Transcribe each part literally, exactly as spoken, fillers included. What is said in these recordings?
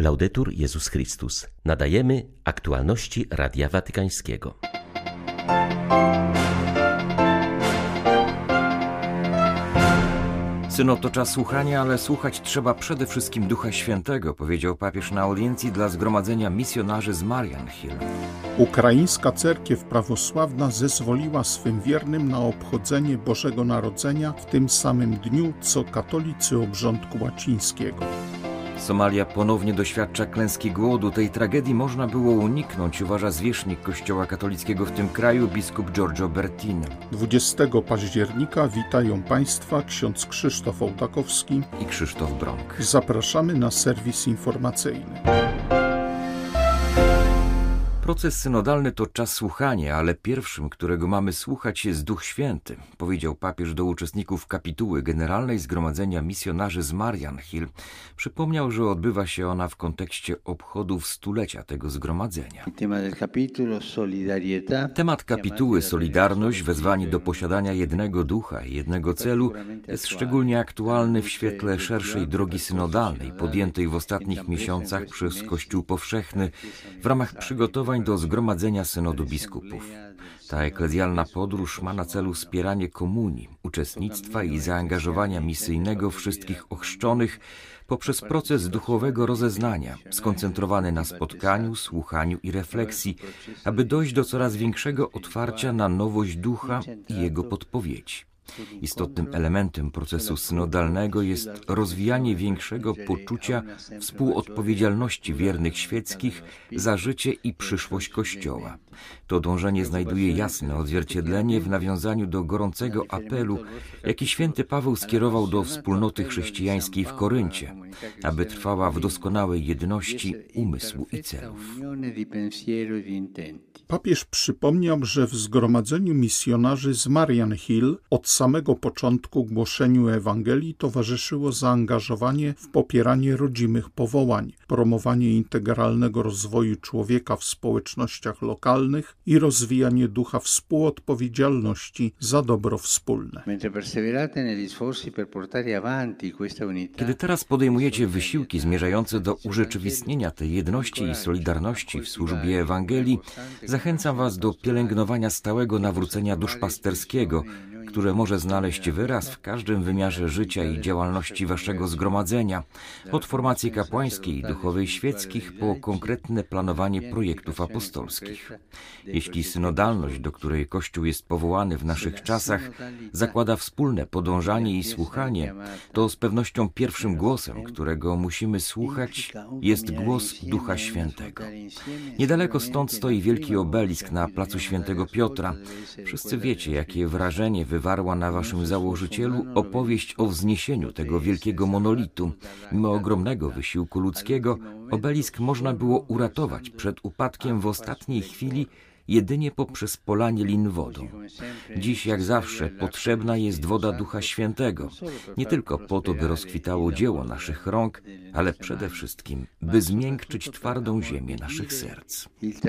Laudetur Jezus Chrystus. Nadajemy aktualności Radia Watykańskiego. Synod to czas słuchania, ale słuchać trzeba przede wszystkim Ducha Świętego, powiedział papież na audiencji dla Zgromadzenia Misjonarzy z Mariannhill. Ukraińska cerkiew prawosławna zezwoliła swym wiernym na obchodzenie Bożego Narodzenia w tym samym dniu, co katolicy obrządku łacińskiego. Somalia ponownie doświadcza klęski głodu. Tej tragedii można było uniknąć, uważa zwierzchnik Kościoła katolickiego w tym kraju, biskup Giorgio Bertini. dwudziestego października witają Państwa ksiądz Krzysztof Ołtakowski i Krzysztof Bronk. Zapraszamy na serwis informacyjny. Proces synodalny to czas słuchania, ale pierwszym, którego mamy słuchać, jest Duch Święty, powiedział papież do uczestników kapituły Generalnej Zgromadzenia Misjonarzy z Mariannhill. Przypomniał, że odbywa się ona w kontekście obchodów stulecia tego zgromadzenia. Temat kapituły Solidarność, wezwanie do posiadania jednego ducha i jednego celu, jest szczególnie aktualny w świetle szerszej drogi synodalnej podjętej w ostatnich miesiącach przez Kościół Powszechny w ramach przygotowań do Zgromadzenia Synodu Biskupów. Ta eklezjalna podróż ma na celu wspieranie komunii, uczestnictwa i zaangażowania misyjnego wszystkich ochrzczonych poprzez proces duchowego rozeznania, skoncentrowany na spotkaniu, słuchaniu i refleksji, aby dojść do coraz większego otwarcia na nowość ducha i jego podpowiedzi. Istotnym elementem procesu synodalnego jest rozwijanie większego poczucia współodpowiedzialności wiernych świeckich za życie i przyszłość Kościoła. To dążenie znajduje jasne odzwierciedlenie w nawiązaniu do gorącego apelu, jaki święty Paweł skierował do wspólnoty chrześcijańskiej w Koryncie, aby trwała w doskonałej jedności umysłu i celów. Papież przypomniał, że w Zgromadzeniu Misjonarzy z Mariannhill od samego początku głoszeniu Ewangelii towarzyszyło zaangażowanie w popieranie rodzimych powołań, promowanie integralnego rozwoju człowieka w społecznościach lokalnych i rozwijanie ducha współodpowiedzialności za dobro wspólne. Kiedy teraz podejmujecie wysiłki zmierzające do urzeczywistnienia tej jedności i solidarności w służbie Ewangelii, zachęcam Was do pielęgnowania stałego nawrócenia duszpasterskiego, które może znaleźć wyraz w każdym wymiarze życia i działalności Waszego zgromadzenia, od formacji kapłańskiej i duchowej świeckich po konkretne planowanie projektów apostolskich. Jeśli synodalność, do której Kościół jest powołany w naszych czasach, zakłada wspólne podążanie i słuchanie, to z pewnością pierwszym głosem, którego musimy słuchać, jest głos Ducha Świętego. Niedaleko stąd stoi wielki obelisk na placu Świętego Piotra. Wszyscy wiecie, jakie wrażenie wywarła na waszym założycielu opowieść o wzniesieniu tego wielkiego monolitu. Mimo ogromnego wysiłku ludzkiego, obelisk można było uratować przed upadkiem w ostatniej chwili jedynie poprzez polanie lin wodą. Dziś, jak zawsze, potrzebna jest woda Ducha Świętego, nie tylko po to, by rozkwitało dzieło naszych rąk, ale przede wszystkim, by zmiękczyć twardą ziemię naszych serc.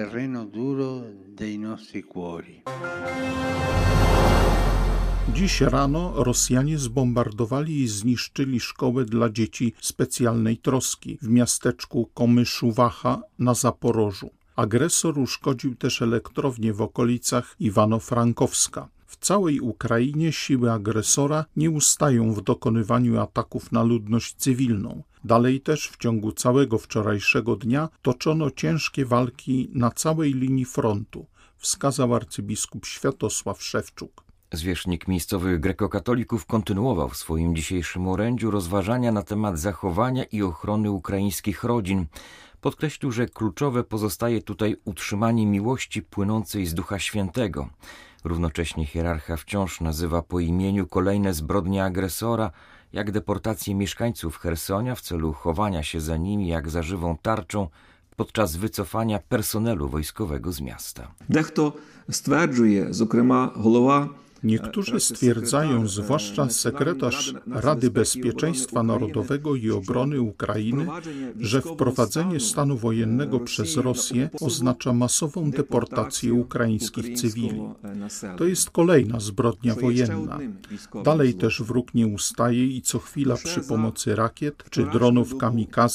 Dziś rano Rosjanie zbombardowali i zniszczyli szkołę dla dzieci specjalnej troski w miasteczku Komyszuwacha na Zaporożu. Agresor uszkodził też elektrownię w okolicach Iwano-Frankowska. W całej Ukrainie siły agresora nie ustają w dokonywaniu ataków na ludność cywilną. Dalej też w ciągu całego wczorajszego dnia toczono ciężkie walki na całej linii frontu, wskazał arcybiskup Światosław Szewczuk. Zwierzchnik miejscowych grekokatolików kontynuował w swoim dzisiejszym orędziu rozważania na temat zachowania i ochrony ukraińskich rodzin. Podkreślił, że kluczowe pozostaje tutaj utrzymanie miłości płynącej z Ducha Świętego. Równocześnie hierarcha wciąż nazywa po imieniu kolejne zbrodnie agresora, jak deportację mieszkańców Chersonia w celu chowania się za nimi jak za żywą tarczą podczas wycofania personelu wojskowego z miasta. Dechto stwierdzuje, зокрема głowa. Niektórzy stwierdzają, zwłaszcza sekretarz Rady Bezpieczeństwa Narodowego i Obrony Ukrainy, że wprowadzenie stanu wojennego przez Rosję oznacza masową deportację ukraińskich cywili. To jest kolejna zbrodnia wojenna. Dalej też wróg nie ustaje i co chwila przy pomocy rakiet czy dronów kamikaze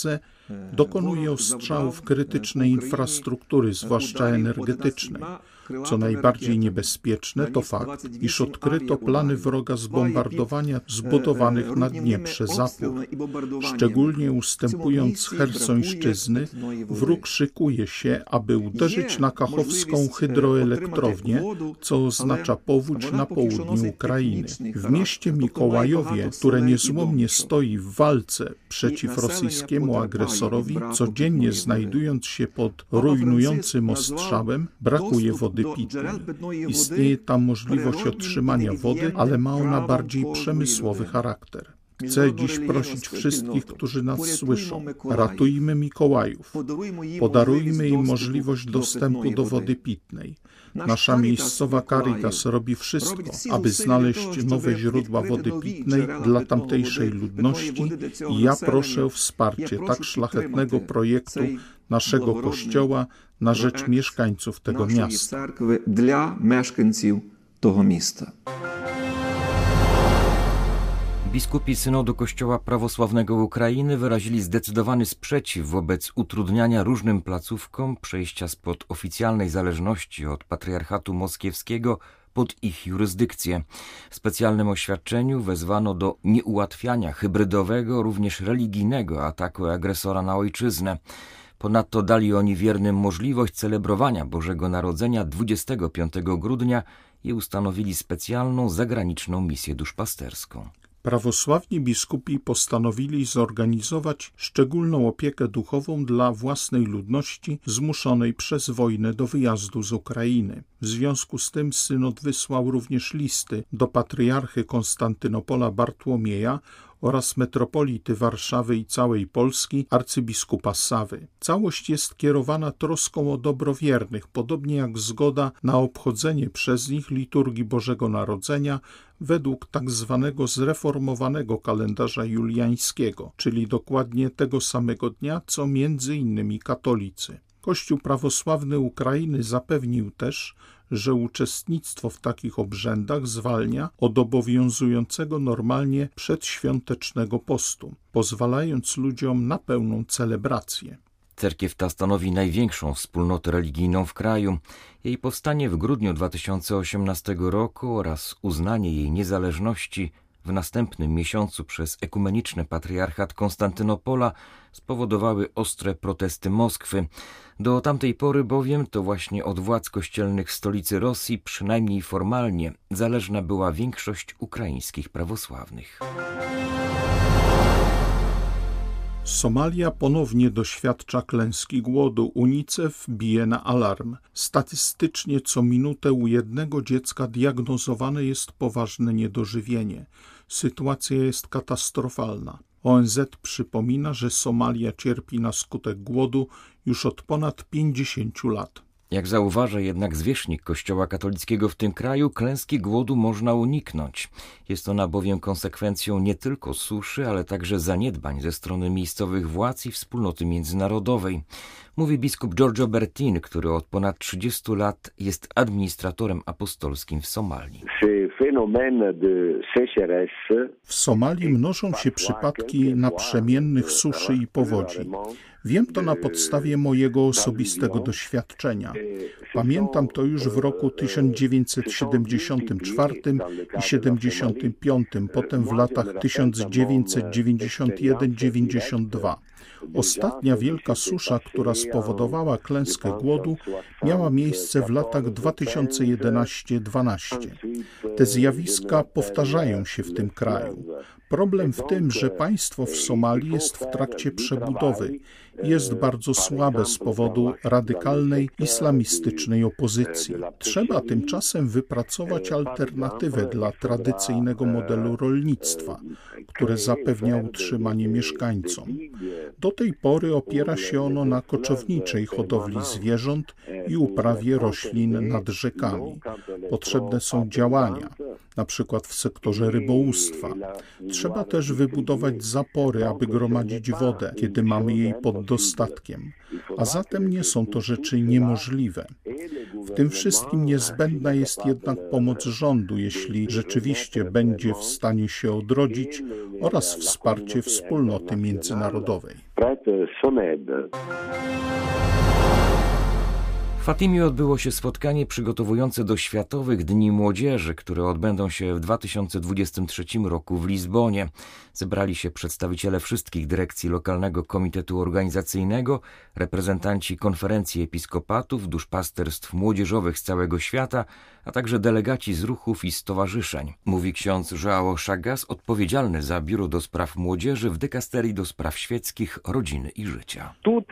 dokonuje ostrzałów krytycznej infrastruktury, zwłaszcza energetycznej. Co najbardziej niebezpieczne to fakt, iż odkryto plany wroga zbombardowania zbudowanych na Dnieprze zapór. Szczególnie ustępując Chersońszczyzny, wróg szykuje się, aby uderzyć na kachowską hydroelektrownię, co oznacza powódź na południu Ukrainy. W mieście Mikołajowie, które niezłomnie stoi w walce przeciw rosyjskiemu agresorowi, codziennie znajdując się pod rujnującym ostrzałem, brakuje wody pitnej. Istnieje tam możliwość otrzymania wody, ale ma ona bardziej przemysłowy charakter. Chcę dziś prosić wszystkich, którzy nas słyszą, ratujmy Mikołajów, podarujmy im możliwość dostępu do wody pitnej. Nasza miejscowa Caritas robi wszystko, aby znaleźć nowe źródła wody pitnej dla tamtejszej ludności i ja proszę o wsparcie tak szlachetnego projektu naszego Kościoła na rzecz mieszkańców tego miasta. Dla mieszkańców tego miasta. Biskupi Synodu Kościoła Prawosławnego Ukrainy wyrazili zdecydowany sprzeciw wobec utrudniania różnym placówkom przejścia spod oficjalnej zależności od Patriarchatu Moskiewskiego pod ich jurysdykcję. W specjalnym oświadczeniu wezwano do nieułatwiania hybrydowego, również religijnego ataku agresora na ojczyznę. Ponadto dali oni wiernym możliwość celebrowania Bożego Narodzenia dwudziestego piątego grudnia i ustanowili specjalną zagraniczną misję duszpasterską. Prawosławni biskupi postanowili zorganizować szczególną opiekę duchową dla własnej ludności zmuszonej przez wojnę do wyjazdu z Ukrainy. W związku z tym synod wysłał również listy do patriarchy Konstantynopola Bartłomieja oraz metropolity Warszawy i całej Polski arcybiskupa Sawy. Całość jest kierowana troską o dobro wiernych, podobnie jak zgoda na obchodzenie przez nich liturgii Bożego Narodzenia według tak zwanego zreformowanego kalendarza juliańskiego, czyli dokładnie tego samego dnia, co między innymi katolicy. Kościół prawosławny Ukrainy zapewnił też, że uczestnictwo w takich obrzędach zwalnia od obowiązującego normalnie przedświątecznego postu, pozwalając ludziom na pełną celebrację. Cerkiew ta stanowi największą wspólnotę religijną w kraju. Jej powstanie w grudniu dwa tysiące osiemnastego roku oraz uznanie jej niezależności w następnym miesiącu przez ekumeniczny patriarchat Konstantynopola spowodowały ostre protesty Moskwy. Do tamtej pory bowiem to właśnie od władz kościelnych stolicy Rosji, przynajmniej formalnie, zależna była większość ukraińskich prawosławnych. Somalia ponownie doświadcza klęski głodu. UNICEF bije na alarm. Statystycznie co minutę u jednego dziecka diagnozowane jest poważne niedożywienie. Sytuacja jest katastrofalna. O N Z przypomina, że Somalia cierpi na skutek głodu już od ponad pięćdziesięciu lat. Jak zauważa jednak zwierzchnik Kościoła katolickiego w tym kraju, klęski głodu można uniknąć. Jest ona bowiem konsekwencją nie tylko suszy, ale także zaniedbań ze strony miejscowych władz i wspólnoty międzynarodowej. Mówi biskup Giorgio Bertin, który od ponad trzydziestu lat jest administratorem apostolskim w Somalii. W Somalii mnożą się przypadki naprzemiennych suszy i powodzi. Wiem to na podstawie mojego osobistego doświadczenia. Pamiętam to już w roku tysiąc dziewięćset siedemdziesiątym czwartym i siedemdziesiątym piątym, potem w latach tysiąc dziewięćset dziewięćdziesiątym pierwszym do dziewięćdziesiątego drugiego. Ostatnia wielka susza, która spowodowała klęskę głodu, miała miejsce w latach dwa tysiące jedenastym do dwunastego. Te zjawiska powtarzają się w tym kraju. Problem w tym, że państwo w Somalii jest w trakcie przebudowy i jest bardzo słabe z powodu radykalnej islamistycznej opozycji. Trzeba tymczasem wypracować alternatywę dla tradycyjnego modelu rolnictwa, które zapewnia utrzymanie mieszkańcom. Do tej pory opiera się ono na koczowniczej hodowli zwierząt i uprawie roślin nad rzekami. Potrzebne są działania, na przykład w sektorze rybołówstwa. Trzeba też wybudować zapory, aby gromadzić wodę, kiedy mamy jej pod dostatkiem. A zatem nie są to rzeczy niemożliwe. W tym wszystkim niezbędna jest jednak pomoc rządu, jeśli rzeczywiście będzie w stanie się odrodzić, oraz wsparcie wspólnoty międzynarodowej. W Fatimie odbyło się spotkanie przygotowujące do Światowych Dni Młodzieży, które odbędą się w dwa tysiące dwudziestym trzecim roku w Lizbonie. Zebrali się przedstawiciele wszystkich dyrekcji lokalnego komitetu organizacyjnego, reprezentanci konferencji episkopatów, duszpasterstw młodzieżowych z całego świata, a także delegaci z ruchów i stowarzyszeń. Mówi ksiądz João Chagas, odpowiedzialny za Biuro do Spraw Młodzieży w dykasterii do spraw świeckich, rodziny i życia.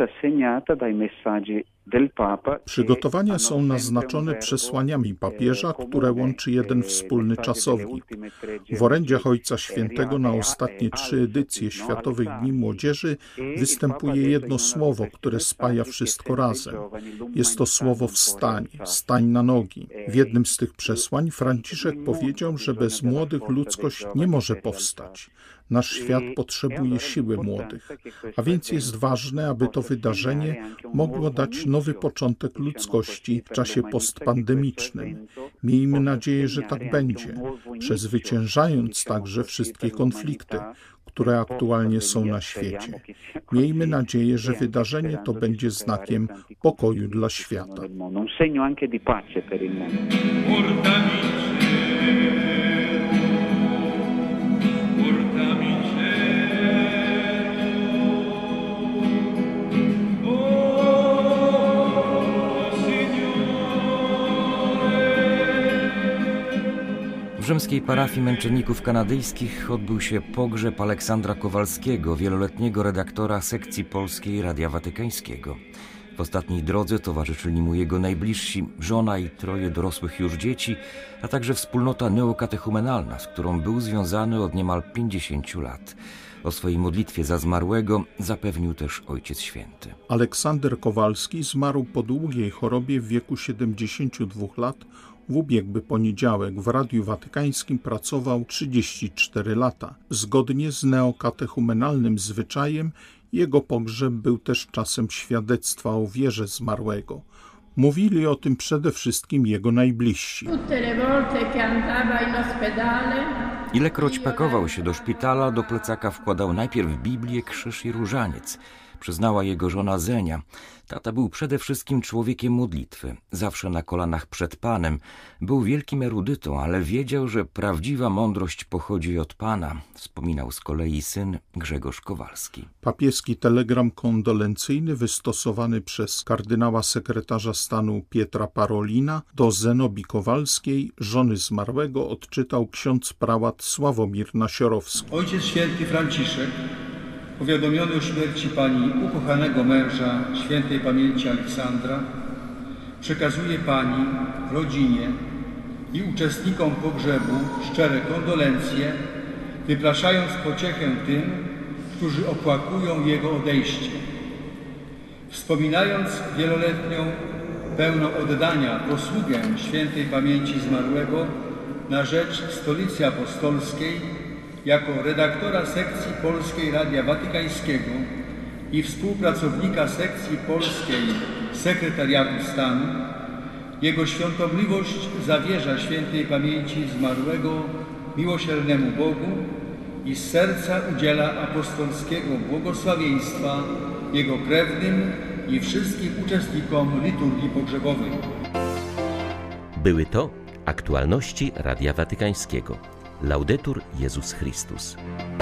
Przygotowania są naznaczone przesłaniami papieża, które łączy jeden wspólny czasownik. W orędziach Ojca Świętego na ostatnie trzy edycje Światowych Dni Młodzieży występuje jedno słowo, które spaja wszystko razem. Jest to słowo wstań, stań na nogi. W jednym z tych przesłań Franciszek powiedział, że bez młodych ludzkość nie może powstać. Nasz świat potrzebuje siły młodych, a więc jest ważne, aby to wydarzenie mogło dać nowy początek ludzkości w czasie postpandemicznym. Miejmy nadzieję, że tak będzie, przezwyciężając także wszystkie konflikty, które aktualnie są na świecie. Miejmy nadzieję, że wydarzenie to będzie znakiem pokoju dla świata. W rzymskiej parafii męczenników kanadyjskich odbył się pogrzeb Aleksandra Kowalskiego, wieloletniego redaktora sekcji polskiej Radia Watykańskiego. W ostatniej drodze towarzyszyli mu jego najbliżsi, żona i troje dorosłych już dzieci, a także wspólnota neokatechumenalna, z którą był związany od niemal pięćdziesięciu lat. O swojej modlitwie za zmarłego zapewnił też Ojciec Święty. Aleksander Kowalski zmarł po długiej chorobie w wieku siedemdziesięciu dwóch lat. W ubiegły poniedziałek w Radiu Watykańskim pracował trzydzieści cztery lata. Zgodnie z neokatechumenalnym zwyczajem jego pogrzeb był też czasem świadectwa o wierze zmarłego. Mówili o tym przede wszystkim jego najbliżsi. Ilekroć pakował się do szpitala, do plecaka wkładał najpierw Biblię, krzyż i różaniec. Przyznała jego żona Zenia. Tata był przede wszystkim człowiekiem modlitwy, zawsze na kolanach przed Panem. Był wielkim erudytą, ale wiedział, że prawdziwa mądrość pochodzi od Pana, wspominał z kolei syn Grzegorz Kowalski. Papieski telegram kondolencyjny wystosowany przez kardynała sekretarza stanu Pietra Parolina do Zenobii Kowalskiej, żony zmarłego, odczytał ksiądz prałat Sławomir Nasiorowski. Ojciec Święty Franciszek, powiadomiony o śmierci pani ukochanego męża świętej pamięci Aleksandra, przekazuje pani, rodzinie i uczestnikom pogrzebu szczere kondolencje, wypraszając pociechę tym, którzy opłakują jego odejście. Wspominając wieloletnią, pełną oddania posługę świętej pamięci zmarłego na rzecz Stolicy Apostolskiej, jako redaktora sekcji polskiej Radia Watykańskiego i współpracownika sekcji polskiej Sekretariatu Stanu, Jego Świątobliwość zawierza świętej pamięci zmarłego miłosiernemu Bogu i z serca udziela apostolskiego błogosławieństwa Jego krewnym i wszystkim uczestnikom liturgii pogrzebowej. Były to aktualności Radia Watykańskiego. Laudetur Jezus Chrystus.